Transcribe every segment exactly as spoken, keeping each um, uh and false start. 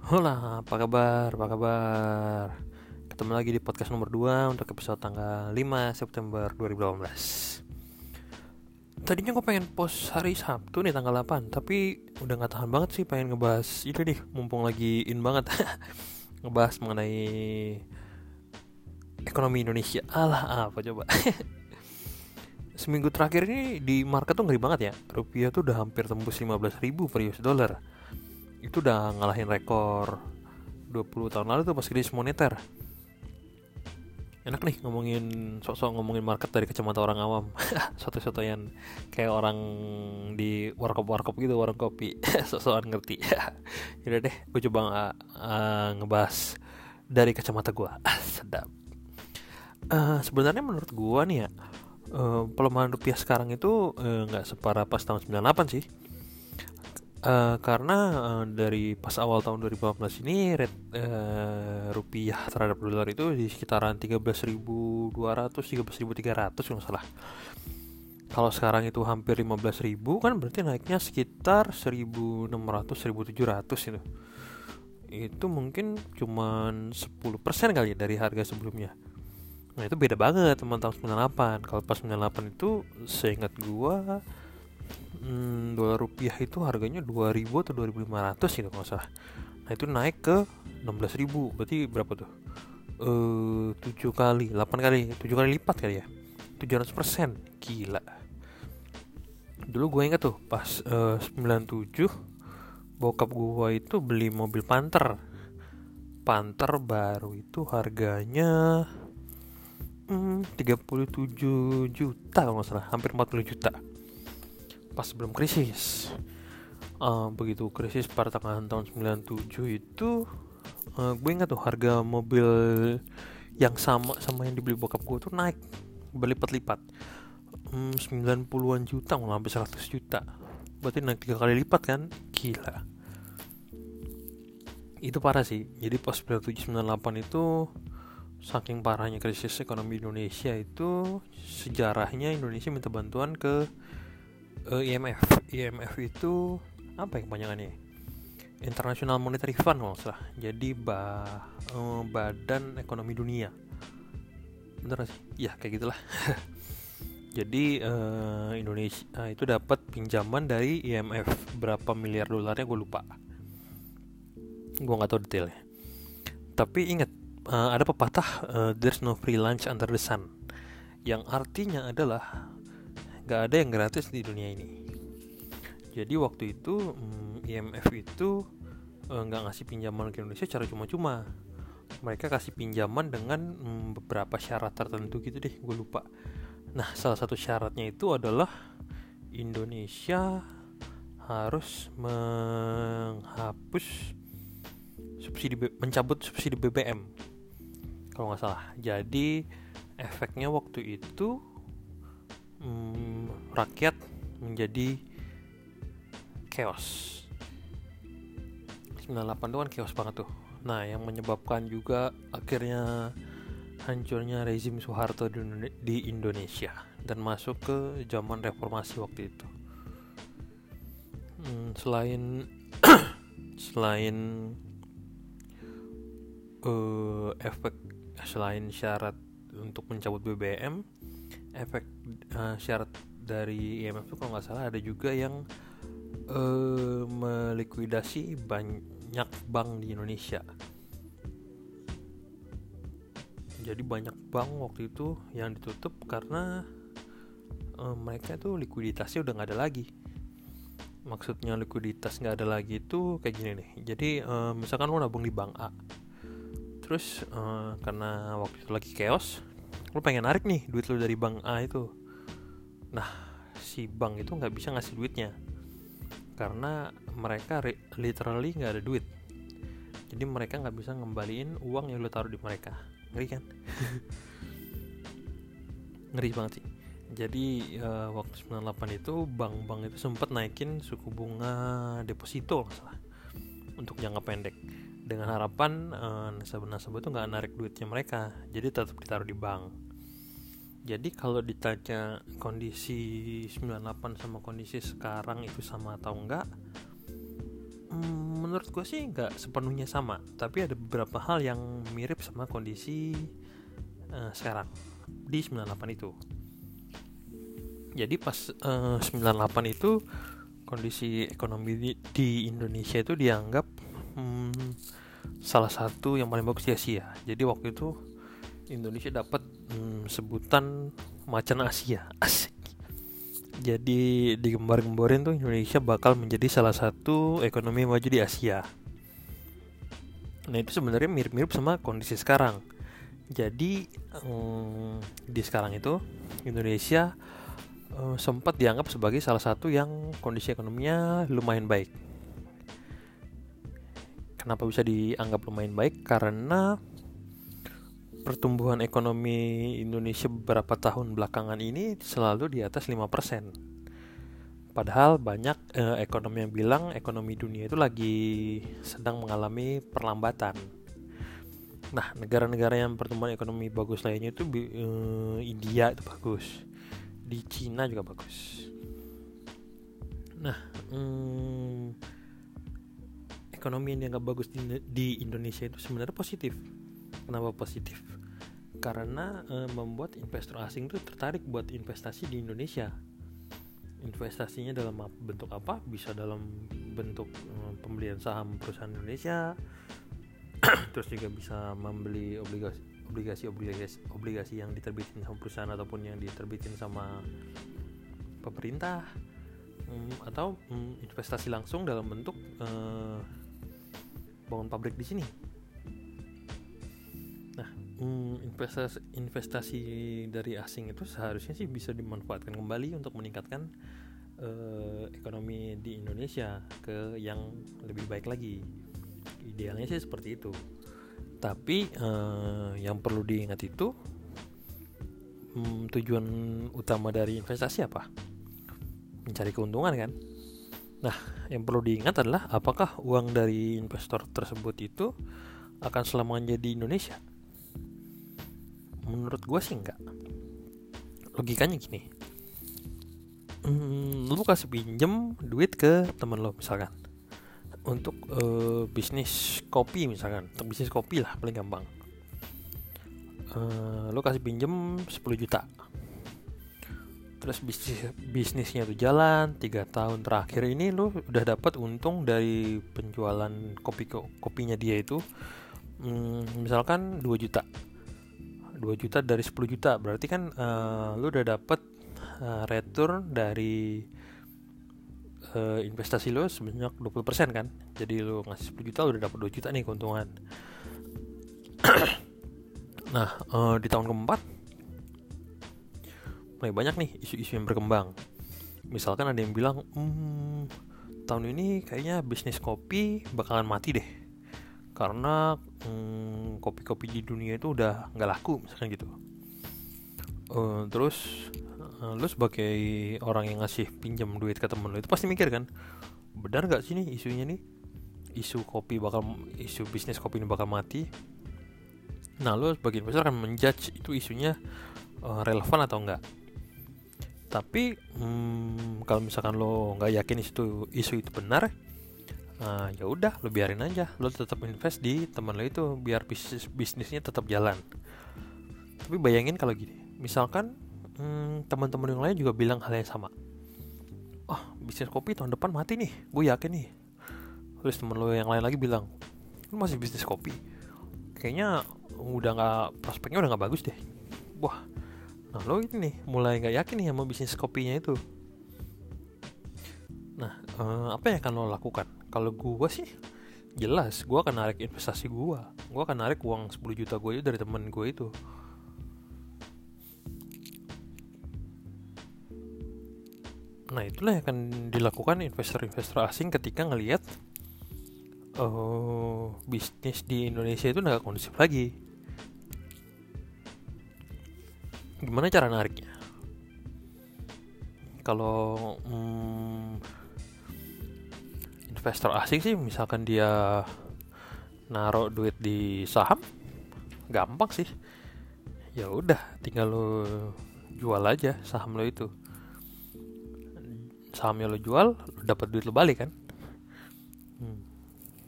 Hola, apa kabar? Apa kabar? Ketemu lagi di podcast nomor dua untuk episode tanggal lima September dua ribu delapan belas. Tadinya gue pengen post hari Sabtu nih tanggal delapan, tapi udah gak tahan banget sih pengen ngebahas itu nih, mumpung lagi in banget. Ngebahas mengenai ekonomi Indonesia. Alah, apa coba? Seminggu terakhir ini di market tuh ngeri banget ya. Rupiah tuh udah hampir tembus lima belas ribu per U S dollar. Itu udah ngalahin rekor dua puluh tahun lalu tuh pas krisis moneter. Enak nih ngomongin, sok-sok ngomongin market dari kacamata orang awam. Soto-sotoyan kayak orang di warkop-warkop gitu, warung kopi. Sok-sokan ngerti. Yaudah deh, gue coba uh, uh, ngebahas dari kacamata gue. Sedap. Uh, sebenarnya menurut gue nih ya, uh, pelemahan rupiah sekarang itu nggak uh, separah pas tahun sembilan puluh delapan sih. Uh, karena uh, dari pas awal tahun dua ribu delapan belas ini rate uh, rupiah terhadap dolar itu di sekitaran tiga belas ribu dua ratus, tiga belas ribu tiga ratus kalau salah. Kalau sekarang itu hampir lima belas ribu, kan berarti naiknya sekitar seribu enam ratus, seribu tujuh ratus itu. Itu mungkin cuman sepuluh persen kali ya dari harga sebelumnya. Nah, itu beda banget teman tahun sembilan puluh delapan. Kalau pas sembilan puluh delapan itu seingat gua Hmm, dolar rupiah itu harganya dua ribu atau dua ribu lima ratus gitu kalau salah. Nah, itu naik ke enam belas ribu. Berarti berapa tuh? Eh tujuh kali, delapan kali, tujuh kali lipat kali ya. tujuh ratus persen. Gila. Dulu gue ingat tuh pas uh, sembilan puluh tujuh bokap gue itu beli mobil Panther. Panther baru itu harganya hmm, tiga puluh tujuh juta kalau nggak salah, hampir empat puluh juta. Pas sebelum krisis. Uh, begitu krisis pertengahan tahun sembilan puluh tujuh itu uh, gue ingat tuh harga mobil yang sama sama yang dibeli bokap gue tuh naik berlipat-lipat. hmm, sembilan puluhan juta, mau sampai seratus juta. Berarti naik tiga kali lipat kan. Gila. Itu parah sih. Jadi pas sembilan puluh tujuh sembilan puluh delapan itu saking parahnya krisis ekonomi Indonesia itu, sejarahnya Indonesia minta bantuan ke uh, I M F. I M F itu apa yang kepanjangannya? International Monetary Fund kalau salah. Jadi bah, uh, Badan Ekonomi Dunia. Bener sih? Ya kayak gitulah. Jadi uh, Indonesia uh, itu dapat pinjaman dari I M F berapa miliar dolarnya gue lupa. Gue nggak tahu detailnya. Tapi ingat uh, ada pepatah uh, there's no free lunch under the sun, yang artinya adalah nggak ada yang gratis di dunia ini. Jadi waktu itu um, I M F itu nggak uh, ngasih pinjaman ke Indonesia secara cuma-cuma. Mereka kasih pinjaman dengan um, beberapa syarat tertentu gitu deh, gue lupa. Nah, salah satu syaratnya itu adalah Indonesia harus menghapus subsidi, mencabut subsidi B B M kalau nggak salah. Jadi efeknya waktu itu hmm, rakyat menjadi chaos. sembilan puluh delapan itu kan chaos banget tuh. Nah, yang menyebabkan juga akhirnya hancurnya rezim Soeharto di Indonesia dan masuk ke zaman reformasi waktu itu. Hmm, selain selain uh, efek selain syarat untuk mencabut B B M, efek uh, syarat dari I M F itu kalau nggak salah ada juga yang uh, melikuidasi banyak bank di Indonesia. Jadi banyak bank waktu itu yang ditutup karena uh, mereka tuh likuiditasnya udah nggak ada lagi. Maksudnya likuiditas nggak ada lagi itu kayak gini nih. Jadi uh, misalkan lo nabung di bank A, terus uh, karena waktu itu lagi chaos, lo pengen narik nih duit lo dari bank A itu. Nah, si bank itu nggak bisa ngasih duitnya karena mereka re- literally nggak ada duit. Jadi mereka nggak bisa ngembaliin uang yang lo taruh di mereka. Ngeri kan? Ngeri banget sih. Jadi uh, waktu sembilan puluh delapan itu bank-bank itu sempat naikin suku bunga deposito salah, untuk jangka pendek, dengan harapan uh, nasabah-nasabah itu nggak narik duitnya mereka, jadi tetap ditaruh di bank. Jadi kalau ditanya kondisi sembilan puluh delapan sama kondisi sekarang itu sama atau enggak, hmm, menurut gue sih nggak sepenuhnya sama, tapi ada beberapa hal yang mirip sama kondisi uh, sekarang di sembilan puluh delapan itu. Jadi pas uh, sembilan puluh delapan itu kondisi ekonomi di, di Indonesia itu dianggap hmm, salah satu yang paling bagus di Asia. Jadi waktu itu Indonesia dapat hmm, sebutan macan Asia. Asik. Jadi digembar-gemborin tuh Indonesia bakal menjadi salah satu ekonomi maju di Asia. Nah itu sebenarnya mirip-mirip sama kondisi sekarang. Jadi um, di sekarang itu Indonesia um, sempat dianggap sebagai salah satu yang kondisi ekonominya lumayan baik. Kenapa bisa dianggap lumayan baik? Karena pertumbuhan ekonomi Indonesia beberapa tahun belakangan ini selalu di atas lima persen. Padahal banyak eh, ekonomi yang bilang ekonomi dunia itu lagi sedang mengalami perlambatan. Nah, negara-negara yang pertumbuhan ekonomi bagus lainnya itu eh, India itu bagus. Di Cina juga bagus. Nah, hmm, ekonomi yang dianggap bagus di, di Indonesia itu sebenarnya positif. Kenapa positif? Karena e, membuat investor asing tuh tertarik buat investasi di Indonesia. Investasinya dalam bentuk apa? Bisa dalam bentuk e, pembelian saham perusahaan Indonesia, terus juga bisa membeli obligasi obligasi obligasi obligasi yang diterbitin sama perusahaan ataupun yang diterbitin sama pemerintah, mm, atau mm, investasi langsung dalam bentuk e, bangun pabrik di sini. Hmm, investasi, investasi dari asing itu seharusnya sih bisa dimanfaatkan kembali untuk meningkatkan uh, ekonomi di Indonesia ke yang lebih baik lagi. Idealnya sih seperti itu. Tapi uh, yang perlu diingat itu hmm, tujuan utama dari investasi apa? Mencari keuntungan kan? Nah, yang perlu diingat adalah apakah uang dari investor tersebut itu akan selamanya di Indonesia? Menurut gue sih enggak. Logikanya gini, hmm, lu kasih pinjem duit ke temen lo misalkan untuk uh, bisnis kopi misalkan, untuk bisnis kopi lah paling gampang. Uh, lu kasih pinjem sepuluh juta, terus bisnis bisnisnya itu jalan tiga tahun terakhir ini lu udah dapat untung dari penjualan kopi kopinya dia itu, hmm, misalkan dua juta. dua juta dari sepuluh juta berarti kan uh, lu udah dapet uh, return dari uh, investasi lu sebanyak dua puluh persen kan. Jadi lu ngasih sepuluh juta lu udah dapet dua juta nih keuntungan. Nah, uh, di tahun keempat mulai banyak nih isu-isu yang berkembang. Misalkan ada yang bilang, hmm, tahun ini kayaknya bisnis kopi bakalan mati deh, karena hmm, kopi-kopi di dunia itu udah nggak laku misalkan gitu. Uh, terus uh, lu sebagai orang yang ngasih pinjam duit ke temen lu itu pasti mikir kan, benar nggak sih nih isunya nih, isu kopi bakal, isu bisnis kopi ini bakal mati. Nah, lu sebagai investor akan menjudge itu isunya uh, relevan atau enggak. Tapi hmm, kalau misalkan lo nggak yakin isu isu itu benar, Nah, ya udah, lo biarin aja, lo tetap invest di teman lo itu biar bisnis bisnisnya tetap jalan. Tapi bayangin kalau gini, misalkan hmm, teman-teman yang lain juga bilang hal yang sama. Oh, bisnis kopi tahun depan mati nih, gue yakin nih. Terus teman lo yang lain lagi bilang, lo masih bisnis kopi, kayaknya udah nggak, prospeknya udah nggak bagus deh. Wah, nah lo ini nih mulai nggak yakin nih sama bisnis kopinya itu. Nah, eh, apa yang akan lo lakukan? Kalau gue sih jelas gue akan narik investasi gue. Gue akan narik uang sepuluh juta gue itu dari temen gue itu. Nah, itulah yang akan dilakukan investor-investor asing ketika ngelihat uh, bisnis di Indonesia itu udah gak kondusif lagi. Gimana cara nariknya? Kalau hmm, investor asing sih, misalkan dia naruh duit di saham, gampang sih. Ya udah, tinggal lo jual aja saham lo itu. Sahamnya lo jual, lo dapat duit lo balik kan. Hmm.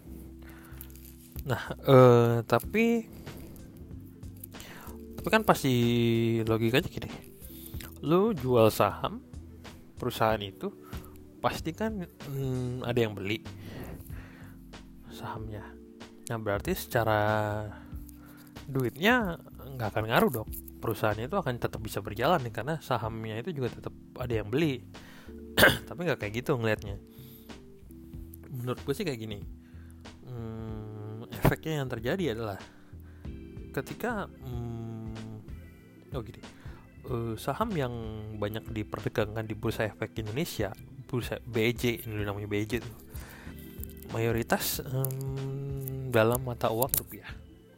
Nah, eh, tapi tapi kan pasti logikanya gini, lu jual saham perusahaan itu pasti kan hmm, ada yang beli sahamnya. Nah berarti secara duitnya nggak akan ngaruh dong, perusahaannya itu akan tetap bisa berjalan nih, karena sahamnya itu juga tetap ada yang beli. Tapi nggak kayak gitu ngelihatnya. Menurut gue sih kayak gini, hmm, efeknya yang terjadi adalah ketika hmm, oh gini, uh, saham yang banyak diperdagangkan di Bursa Efek Indonesia, Bursa B E J, ini namanya B E J tuh, mayoritas um, dalam mata uang rupiah.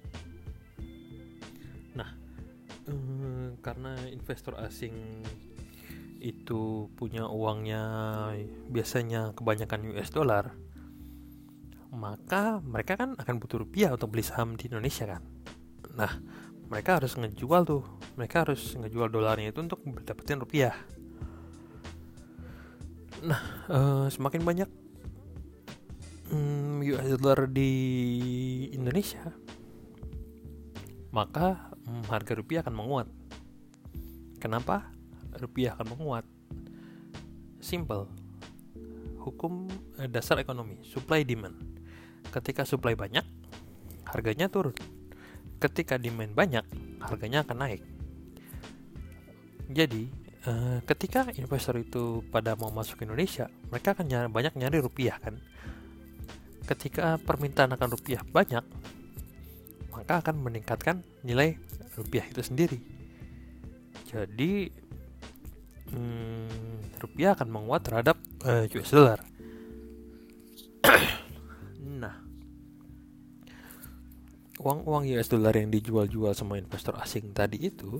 Nah, um, karena investor asing itu punya uangnya biasanya kebanyakan U S dollar, maka mereka kan akan butuh rupiah untuk beli saham di Indonesia kan. Nah, mereka harus ngejual tuh, mereka harus ngejual dolarnya itu untuk dapetin rupiah. Nah, uh, semakin banyak um, U S dollar di Indonesia, maka um, harga rupiah akan menguat. Kenapa rupiah akan menguat? Simple, hukum eh, dasar ekonomi, supply demand. Ketika supply banyak, harganya turun. Ketika demand banyak, harganya akan naik. Jadi, eh, ketika investor itu pada mau masuk Indonesia, mereka akan nyari, banyak nyari rupiah kan. Ketika permintaan akan rupiah banyak, maka akan meningkatkan nilai rupiah itu sendiri. Jadi, hmm, rupiah akan menguat terhadap eh, U S dollar. Nah, uang-uang U S dollar yang dijual-jual sama investor asing tadi itu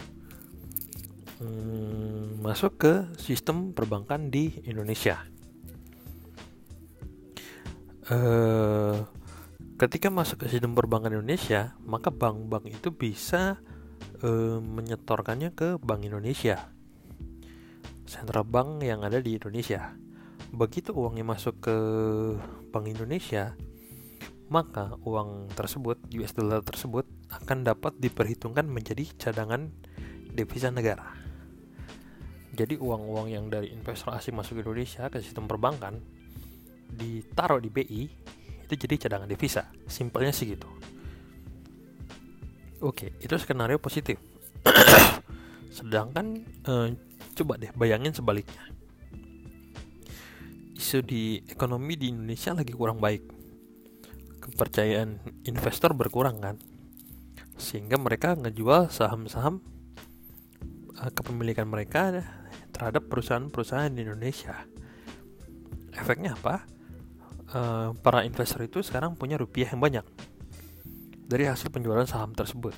hmm, masuk ke sistem perbankan di Indonesia. Uh, ketika masuk ke sistem perbankan Indonesia, maka bank-bank itu bisa uh, menyetorkannya ke Bank Indonesia, sentral bank yang ada di Indonesia. Begitu uangnya masuk ke Bank Indonesia, maka uang tersebut, U S dollar tersebut, akan dapat diperhitungkan menjadi cadangan devisa negara. Jadi uang-uang yang dari investor asing masuk ke Indonesia ke sistem perbankan ditaruh di B I, itu jadi cadangan devisa. Simpelnya sih gitu. Oke, itu skenario positif. Sedangkan eh, coba deh bayangin sebaliknya. Isu di ekonomi di Indonesia lagi kurang baik, kepercayaan investor berkurang kan, sehingga mereka ngejual saham-saham uh, kepemilikan mereka terhadap perusahaan-perusahaan di Indonesia. Efeknya apa? Uh, para investor itu sekarang punya rupiah yang banyak dari hasil penjualan saham tersebut.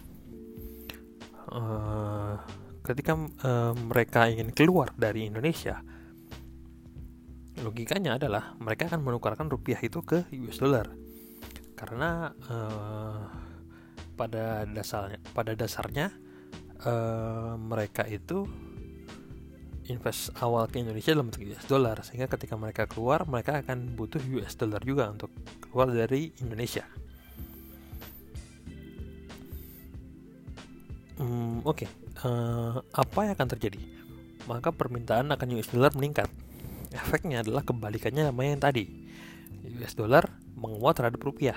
Uh, ketika uh, mereka ingin keluar dari Indonesia, logikanya adalah mereka akan menukarkan rupiah itu ke U S dollar. Karena uh, pada dasarnya, pada dasarnya uh, mereka itu invest awal ke Indonesia dalam bentuk U S dollar, sehingga ketika mereka keluar, mereka akan butuh U S dollar juga untuk keluar dari Indonesia. Hmm, Oke, okay. uh, apa yang akan terjadi? Maka permintaan akan U S dollar meningkat. Efeknya adalah kebalikannya sama yang tadi. U S dollar menguat terhadap rupiah.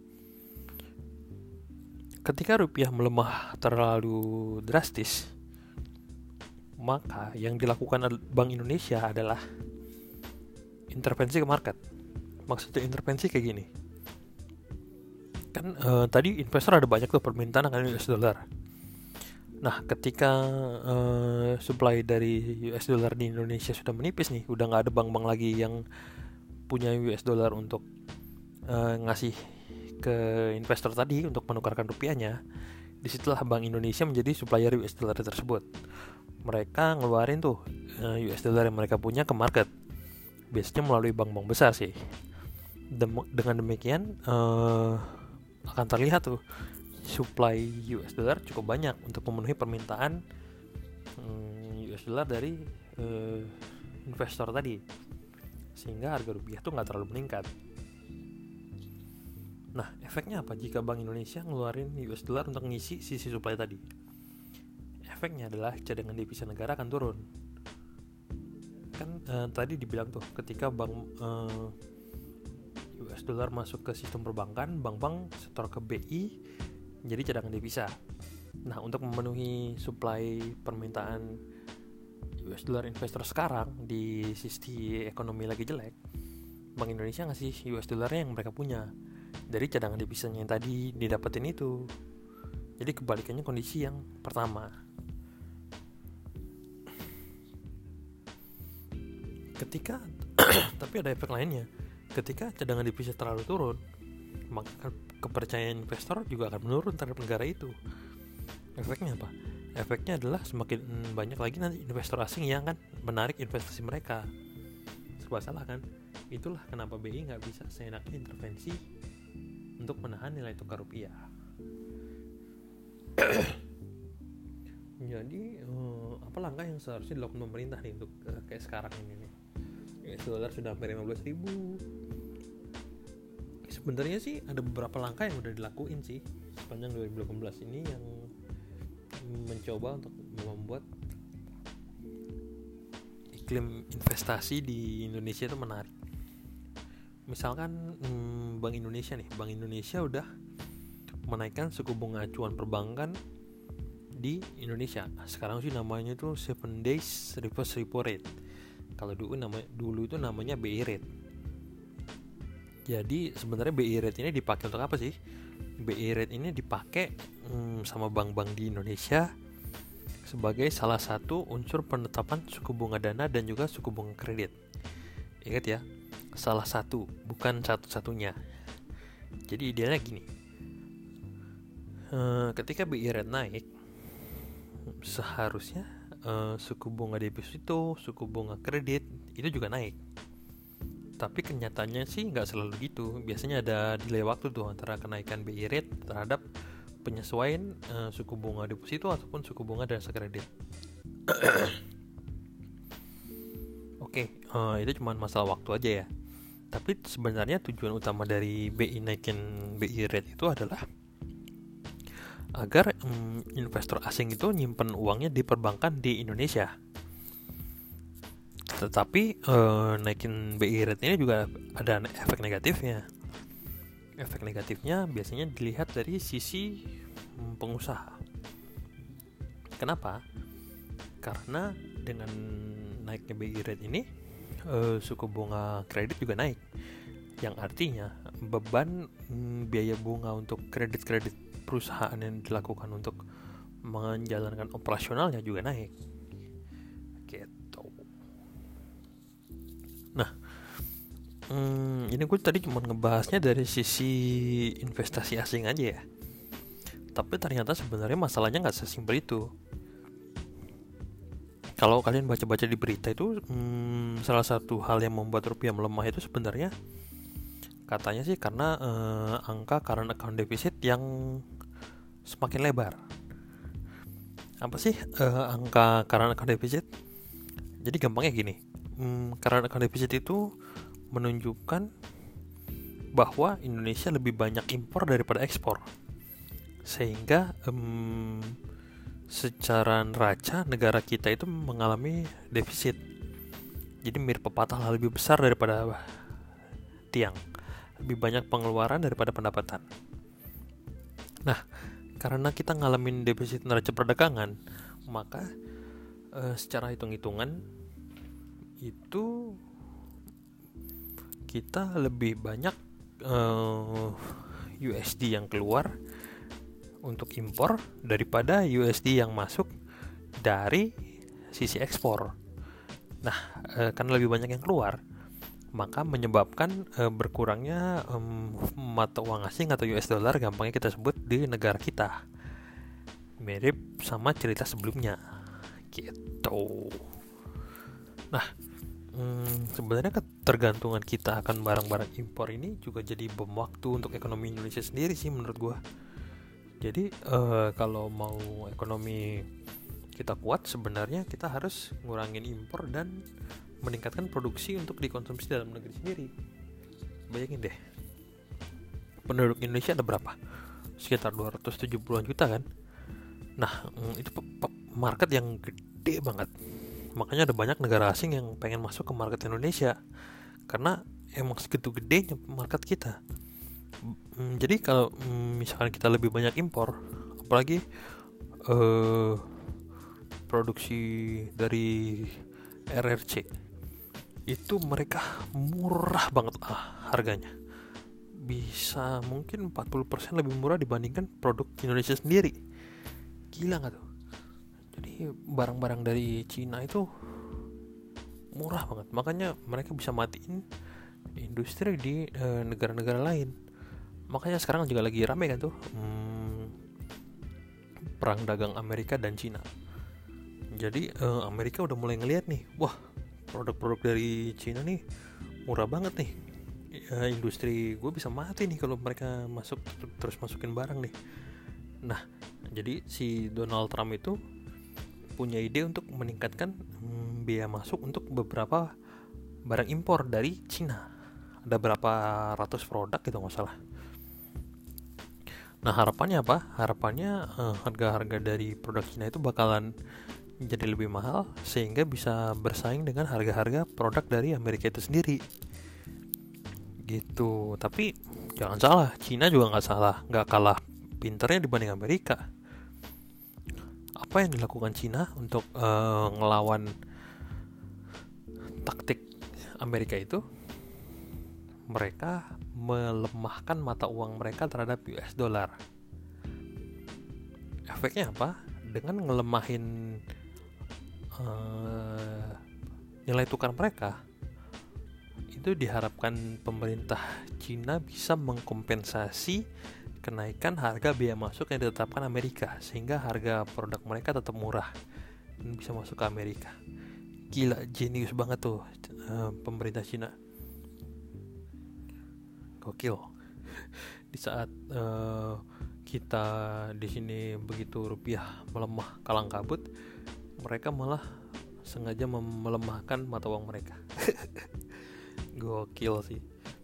Ketika rupiah melemah terlalu drastis, maka yang dilakukan Bank Indonesia adalah intervensi ke market. Maksudnya intervensi kayak gini. Kan uh, tadi investor ada banyak tuh permintaan akan U S dollar. Nah, ketika uh, supply dari U S dollar di Indonesia sudah menipis nih, udah nggak ada bank-bank lagi yang punya U S dollar untuk uh, ngasih ke investor tadi untuk menukarkan rupiahnya, disitulah Bank Indonesia menjadi supplier U S dollar tersebut. Mereka ngeluarin tuh uh, U S dollar yang mereka punya ke market, biasanya melalui bank-bank besar sih. Dem- dengan demikian uh, akan terlihat tuh supply U S dollar cukup banyak untuk memenuhi permintaan um, U S dollar dari uh, investor tadi, sehingga harga rupiah tuh nggak terlalu meningkat. Nah, efeknya apa jika Bank Indonesia ngeluarin U S dollar untuk ngisi sisi supply tadi? Efeknya adalah cadangan devisa negara akan turun. Kan eh, tadi dibilang tuh, ketika bank eh, U S dollar masuk ke sistem perbankan, bank-bank setor ke B I jadi cadangan devisa. Nah, untuk memenuhi supply permintaan U S dollar investor sekarang di sisi ekonomi lagi jelek, Bank Indonesia ngasih U S dollarnya yang mereka punya dari cadangan devisanya yang tadi didapetin itu. Jadi kebalikannya kondisi yang pertama. Ketika tapi ada efek lainnya. Ketika cadangan devisa terlalu turun, maka kepercayaan investor juga akan menurun terhadap negara itu. Efeknya apa? Efeknya adalah semakin banyak lagi nanti investor asing yang akan menarik investasi mereka. Serba salah kan? Itulah kenapa B I nggak bisa seenaknya intervensi untuk menahan nilai tukar rupiah. Jadi uh, apa langkah yang seharusnya dilakukan pemerintah nih untuk uh, kayak sekarang ini nih? U S dollar sudah hampir lima belas ribu. Sebenarnya sih ada beberapa langkah yang udah dilakuin sih sepanjang dua ribu delapan belas ini, yang mencoba untuk membuat iklim investasi di Indonesia itu menarik. Misalkan hmm, Bank Indonesia nih, Bank Indonesia udah menaikkan suku bunga acuan perbankan di Indonesia. Sekarang sih namanya itu seven days reverse repo rate. Kalau dulu nama dulu itu namanya B I rate. Jadi sebenarnya B I rate ini dipakai untuk apa sih? B I rate ini dipakai hmm, sama bank-bank di Indonesia sebagai salah satu unsur penetapan suku bunga dana dan juga suku bunga kredit. Ingat ya, salah satu, bukan satu-satunya. Jadi idealnya gini, uh, ketika B I rate naik, seharusnya uh, suku bunga deposito, suku bunga kredit itu juga naik. Tapi kenyataannya sih nggak selalu gitu. Biasanya ada delay waktu tuh antara kenaikan B I rate terhadap penyesuaian uh, suku bunga deposito ataupun suku bunga dasar kredit. Oke, okay, uh, itu cuma masalah waktu aja ya. Tapi sebenarnya tujuan utama dari B I naikin B I rate itu adalah agar um, investor asing itu nyimpen uangnya di perbankan di Indonesia. Tetapi uh, naikin B I rate ini juga ada efek negatifnya. Efek negatifnya biasanya dilihat dari sisi um, pengusaha. Kenapa? Karena dengan naiknya B I rate ini, uh, suku bunga kredit juga naik. Yang artinya beban um, biaya bunga untuk kredit-kredit perusahaan yang dilakukan untuk menjalankan operasionalnya juga naik. Gitu. Nah, hmm, ini gue tadi cuma ngebahasnya dari sisi investasi asing aja ya. Tapi ternyata sebenarnya masalahnya nggak sesimpel itu. Kalau kalian baca-baca di berita itu, hmm, salah satu hal yang membuat rupiah melemah itu sebenarnya katanya sih karena eh, angka current account deficit yang semakin lebar. Apa sih eh, angka current account deficit? Jadi gampangnya gini. Hmm, current account deficit itu menunjukkan bahwa Indonesia lebih banyak impor daripada ekspor, sehingga um, secara neraca negara kita itu mengalami defisit. Jadi mirip pepatah lebih besar daripada tiang, lebih banyak pengeluaran daripada pendapatan. Nah, karena kita ngalamin defisit neraca perdagangan, maka uh, secara hitung-hitungan itu kita lebih banyak uh, U S D yang keluar untuk impor daripada U S D yang masuk dari sisi ekspor. Nah, uh, karena lebih banyak yang keluar, maka menyebabkan uh, berkurangnya um, mata uang asing atau U S dollar, gampangnya kita sebut di negara kita. Mirip sama cerita sebelumnya, gitu. Nah, hmm, sebenarnya ketergantungan kita akan barang-barang impor ini juga jadi bom waktu untuk ekonomi Indonesia sendiri sih menurut gue. Jadi uh, kalau mau ekonomi kita kuat, sebenarnya kita harus ngurangin impor dan meningkatkan produksi untuk dikonsumsi dalam negeri sendiri. Bayangin deh, penduduk Indonesia ada berapa? Sekitar dua ratus tujuh puluhan juta kan. Nah, itu market yang gede banget. Makanya ada banyak negara asing yang pengen masuk ke market Indonesia karena emang segitu gedenya market kita. Jadi kalau misalkan kita lebih banyak impor, apalagi eh, produksi dari R R C, itu mereka murah banget ah, harganya. Bisa mungkin empat puluh persen lebih murah dibandingkan produk Indonesia sendiri. Gila gak tuh? Jadi barang-barang dari Cina itu murah banget. Makanya mereka bisa matiin industri di e, negara-negara lain. Makanya sekarang juga lagi rame kan tuh hmm, perang dagang Amerika dan Cina. Jadi e, Amerika udah mulai ngeliat nih, wah produk-produk dari Cina nih murah banget nih. E, industri gue bisa mati nih kalau mereka masuk terus masukin barang nih. Nah, jadi si Donald Trump itu punya ide untuk meningkatkan hmm, biaya masuk untuk beberapa barang impor dari Cina. Ada berapa ratus produk gitu nggak salah. Nah harapannya apa? Harapannya eh, harga-harga dari produk Cina itu bakalan jadi lebih mahal sehingga bisa bersaing dengan harga-harga produk dari Amerika itu sendiri. Gitu. Tapi jangan salah, Cina juga nggak salah, nggak kalah pinternya dibanding Amerika. Apa yang dilakukan Cina untuk uh, ngelawan taktik Amerika itu? Mereka melemahkan mata uang mereka terhadap U S dollar. Efeknya apa? Dengan ngelemahin uh, nilai tukar mereka, itu diharapkan pemerintah Cina bisa mengkompensasi kenaikan harga biaya masuk yang ditetapkan Amerika, sehingga harga produk mereka tetap murah dan bisa masuk ke Amerika. Gila, jenius banget tuh uh, pemerintah Cina. Gokil. Di saat uh, kita di sini begitu rupiah melemah kalang kabut, mereka malah sengaja melemahkan mata uang mereka. Gokil sih.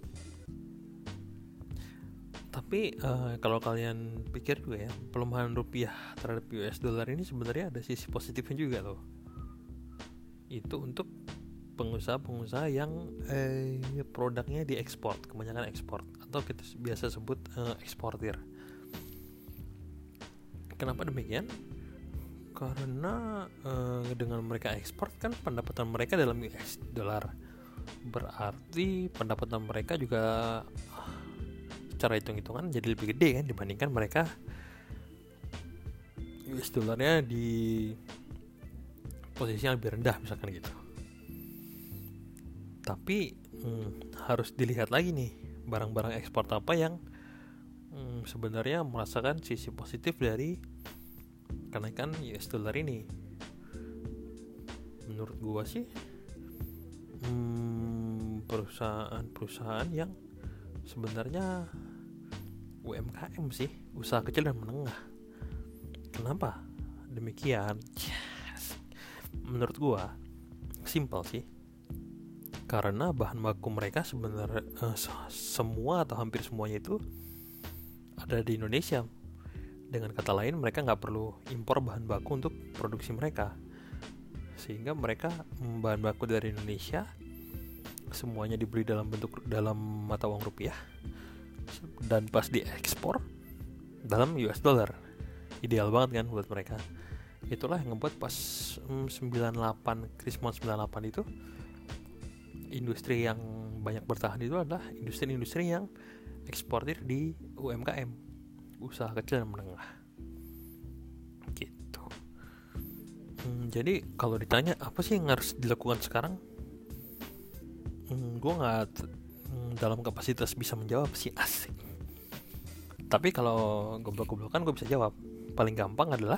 Tapi uh, kalau kalian pikir juga ya, pelemahan rupiah terhadap U S dollar ini sebenarnya ada sisi positifnya juga loh. Itu untuk pengusaha-pengusaha yang eh, produknya diekspor, kebanyakan ekspor, atau kita biasa sebut eh, eksportir. Kenapa demikian? Karena eh, dengan mereka ekspor kan pendapatan mereka dalam U S dollar, berarti pendapatan mereka juga secara hitung-hitungan jadi lebih gede kan dibandingkan mereka U S dollarnya di posisi yang lebih rendah misalkan gitu. Tapi hmm, harus dilihat lagi nih barang-barang ekspor apa yang hmm, sebenarnya merasakan sisi positif dari kenaikan U S dollar ini. Menurut gua sih hmm, perusahaan-perusahaan yang sebenarnya U M K M sih, usaha kecil dan menengah. Kenapa demikian? Yes. Menurut gua simpel sih. Karena bahan baku mereka sebenarnya uh, semua atau hampir semuanya itu ada di Indonesia. Dengan kata lain, mereka nggak perlu impor bahan baku untuk produksi mereka, sehingga mereka bahan baku dari Indonesia semuanya dibeli dalam bentuk dalam mata uang rupiah dan pas diekspor dalam U S dollar. Ideal banget kan buat mereka. Itulah yang ngebuat pas mm, sembilan puluh delapan Krismon sembilan puluh delapan itu industri yang banyak bertahan itu adalah industri-industri yang eksportir di U M K M, usaha kecil dan menengah gitu. hmm, Jadi kalau ditanya apa sih yang harus dilakukan sekarang, hmm, gue gak hmm, dalam kapasitas bisa menjawab sih, asik. Tapi kalau goblok-goblokan gue bisa jawab. Paling gampang adalah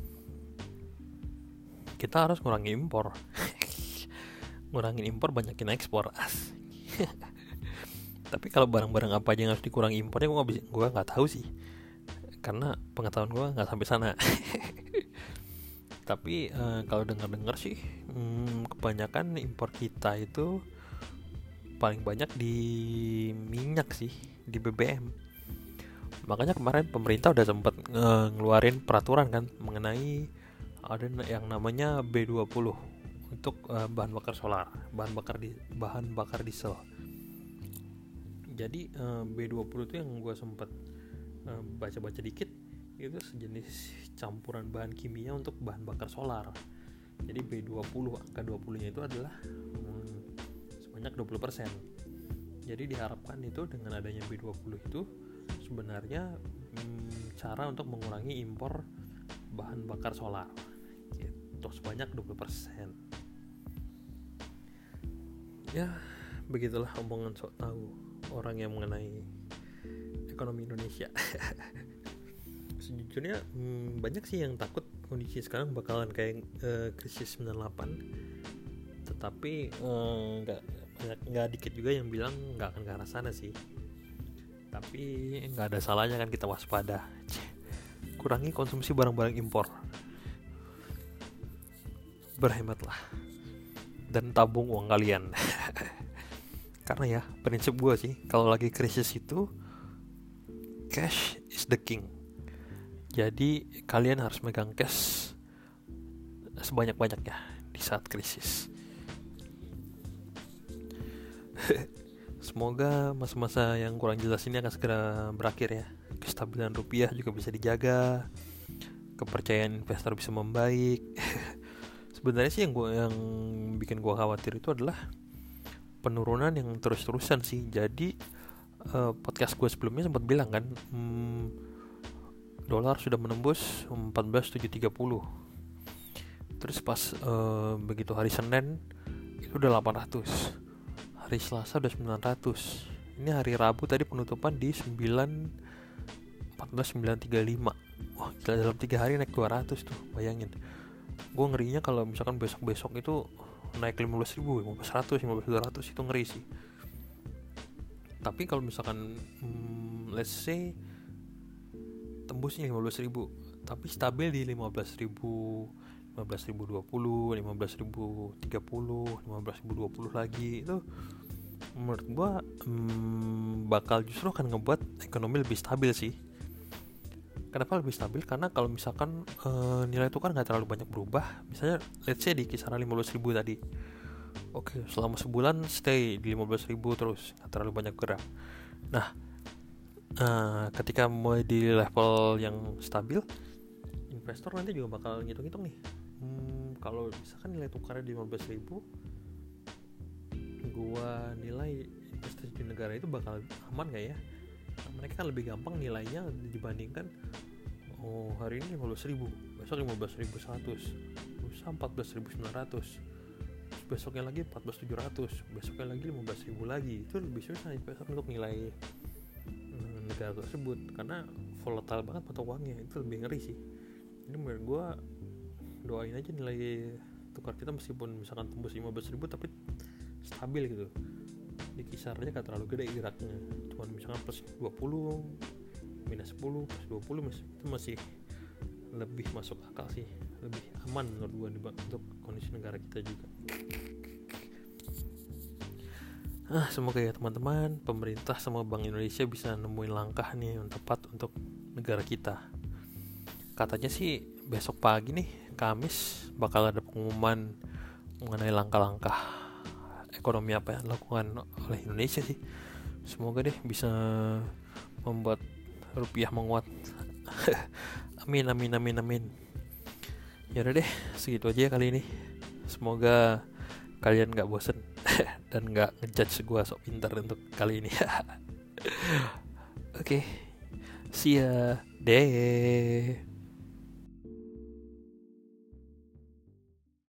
kita harus ngurangi impor. Ngurangin impor, banyakin ekspor, asik. Tapi kalau barang-barang apa aja yang harus dikurangi impornya, gue nggak bisa, gue nggak tahu sih, karena pengetahuan gue nggak sampai sana. Tapi uh, kalau dengar-dengar sih, hmm, kebanyakan impor kita itu paling banyak di minyak sih, di B B M. Makanya kemarin pemerintah udah sempat uh, ngeluarin peraturan kan mengenai ada yang namanya B dua puluh untuk uh, bahan bakar solar, bahan bakar di bahan bakar diesel. Jadi uh, B dua puluh itu yang gue sempat uh, baca-baca dikit, itu sejenis campuran bahan kimia untuk bahan bakar solar. Jadi B dua puluh, angka dua puluh-nya itu adalah hmm, sebanyak dua puluh persen. Jadi diharapkan itu dengan adanya B dua puluh itu sebenarnya hmm, cara untuk mengurangi impor bahan bakar solar gitu, sebanyak dua puluh persen. Ya, begitulah omongan sok tahu orang yang mengenai ekonomi Indonesia. Sejujurnya hmm, banyak sih yang takut kondisi sekarang bakalan kayak uh, krisis sembilan puluh delapan, tetapi nggak uh, nggak dikit juga yang bilang nggak akan ke arah sana sih. Tapi nggak ada salahnya kan kita waspada. Kurangi konsumsi barang-barang impor, berhematlah dan tabung uang kalian. Karena ya prinsip gue sih, kalau lagi krisis itu cash is the king. Jadi kalian harus megang cash sebanyak-banyaknya di saat krisis. Semoga masa-masa yang kurang jelas ini akan segera berakhir ya. Kestabilan rupiah juga bisa dijaga, kepercayaan investor bisa membaik. Sebenarnya sih yang gua yang bikin gua khawatir itu adalah penurunan yang terus-terusan sih. Jadi uh, podcast gue sebelumnya sempat bilang kan, hmm, dolar sudah menembus empat belas tujuh ratus tiga puluh. Terus pas uh, begitu hari Senin itu udah delapan ratus. Hari Selasa udah sembilan ratus. Ini hari Rabu tadi penutupan di sembilan empat belas sembilan tiga lima. Wah, gila, dalam tiga hari naik dua ratus tuh. Bayangin. Gue ngerinya kalau misalkan besok-besok itu naik lima belas ribu, lima belas seratus, lima belas dua ratus, itu ngeri sih. Tapi kalau misalkan hmm, let's say tembusnya lima belas ribu tapi stabil di lima belas ribu, lima belas ribu dua puluh, lima belas ribu tiga puluh, lima belas ribu dua puluh lagi, itu menurut gua hmm, bakal justru akan ngebuat ekonomi lebih stabil sih. Kenapa lebih stabil? Karena kalau misalkan e, nilai tukar nggak terlalu banyak berubah, misalnya let's say di kisaran lima belas ribu tadi, oke, selama sebulan stay di lima belas ribu terus, nggak terlalu banyak gerak. Nah, e, ketika mulai di level yang stabil, investor nanti juga bakal ngitung-ngitung nih, hmm, kalau misalkan nilai tukarnya di lima belas ribu, gua nilai investasi di negara itu bakal aman gak ya? Mereka kan lebih gampang nilainya dibandingkan oh hari ini lima belas ribu, besok lima belas ribu seratus, lusa empat belas ribu sembilan ratus, besoknya lagi empat belas ribu tujuh ratus, besoknya lagi lima belas ribu lagi. Itu lebih susah investor untuk nilai hmm, negara tersebut karena volatile banget mata uangnya. Itu lebih ngeri sih. Jadi menurut gue doain aja nilai tukar kita meskipun misalkan tembus lima belas ribu tapi stabil gitu, di kisarannya gak terlalu gede geraknya, cuman misalkan plus dua puluh, minus sepuluh, plus dua puluh, itu masih lebih masuk akal sih, lebih aman menurut gue untuk kondisi negara kita juga. Ah, semoga ya teman-teman, pemerintah sama Bank Indonesia bisa nemuin langkah nih yang tepat untuk negara kita. Katanya sih besok pagi nih, Kamis, bakal ada pengumuman mengenai langkah-langkah ekonomi apa yang dilakukan oleh Indonesia sih. Semoga deh bisa membuat rupiah menguat. Amin amin amin amin. Ya udah deh, segitu aja kali ini. Semoga kalian gak bosen dan gak ngejudge gue sok pintar untuk kali ini. Oke, okay. See ya deh.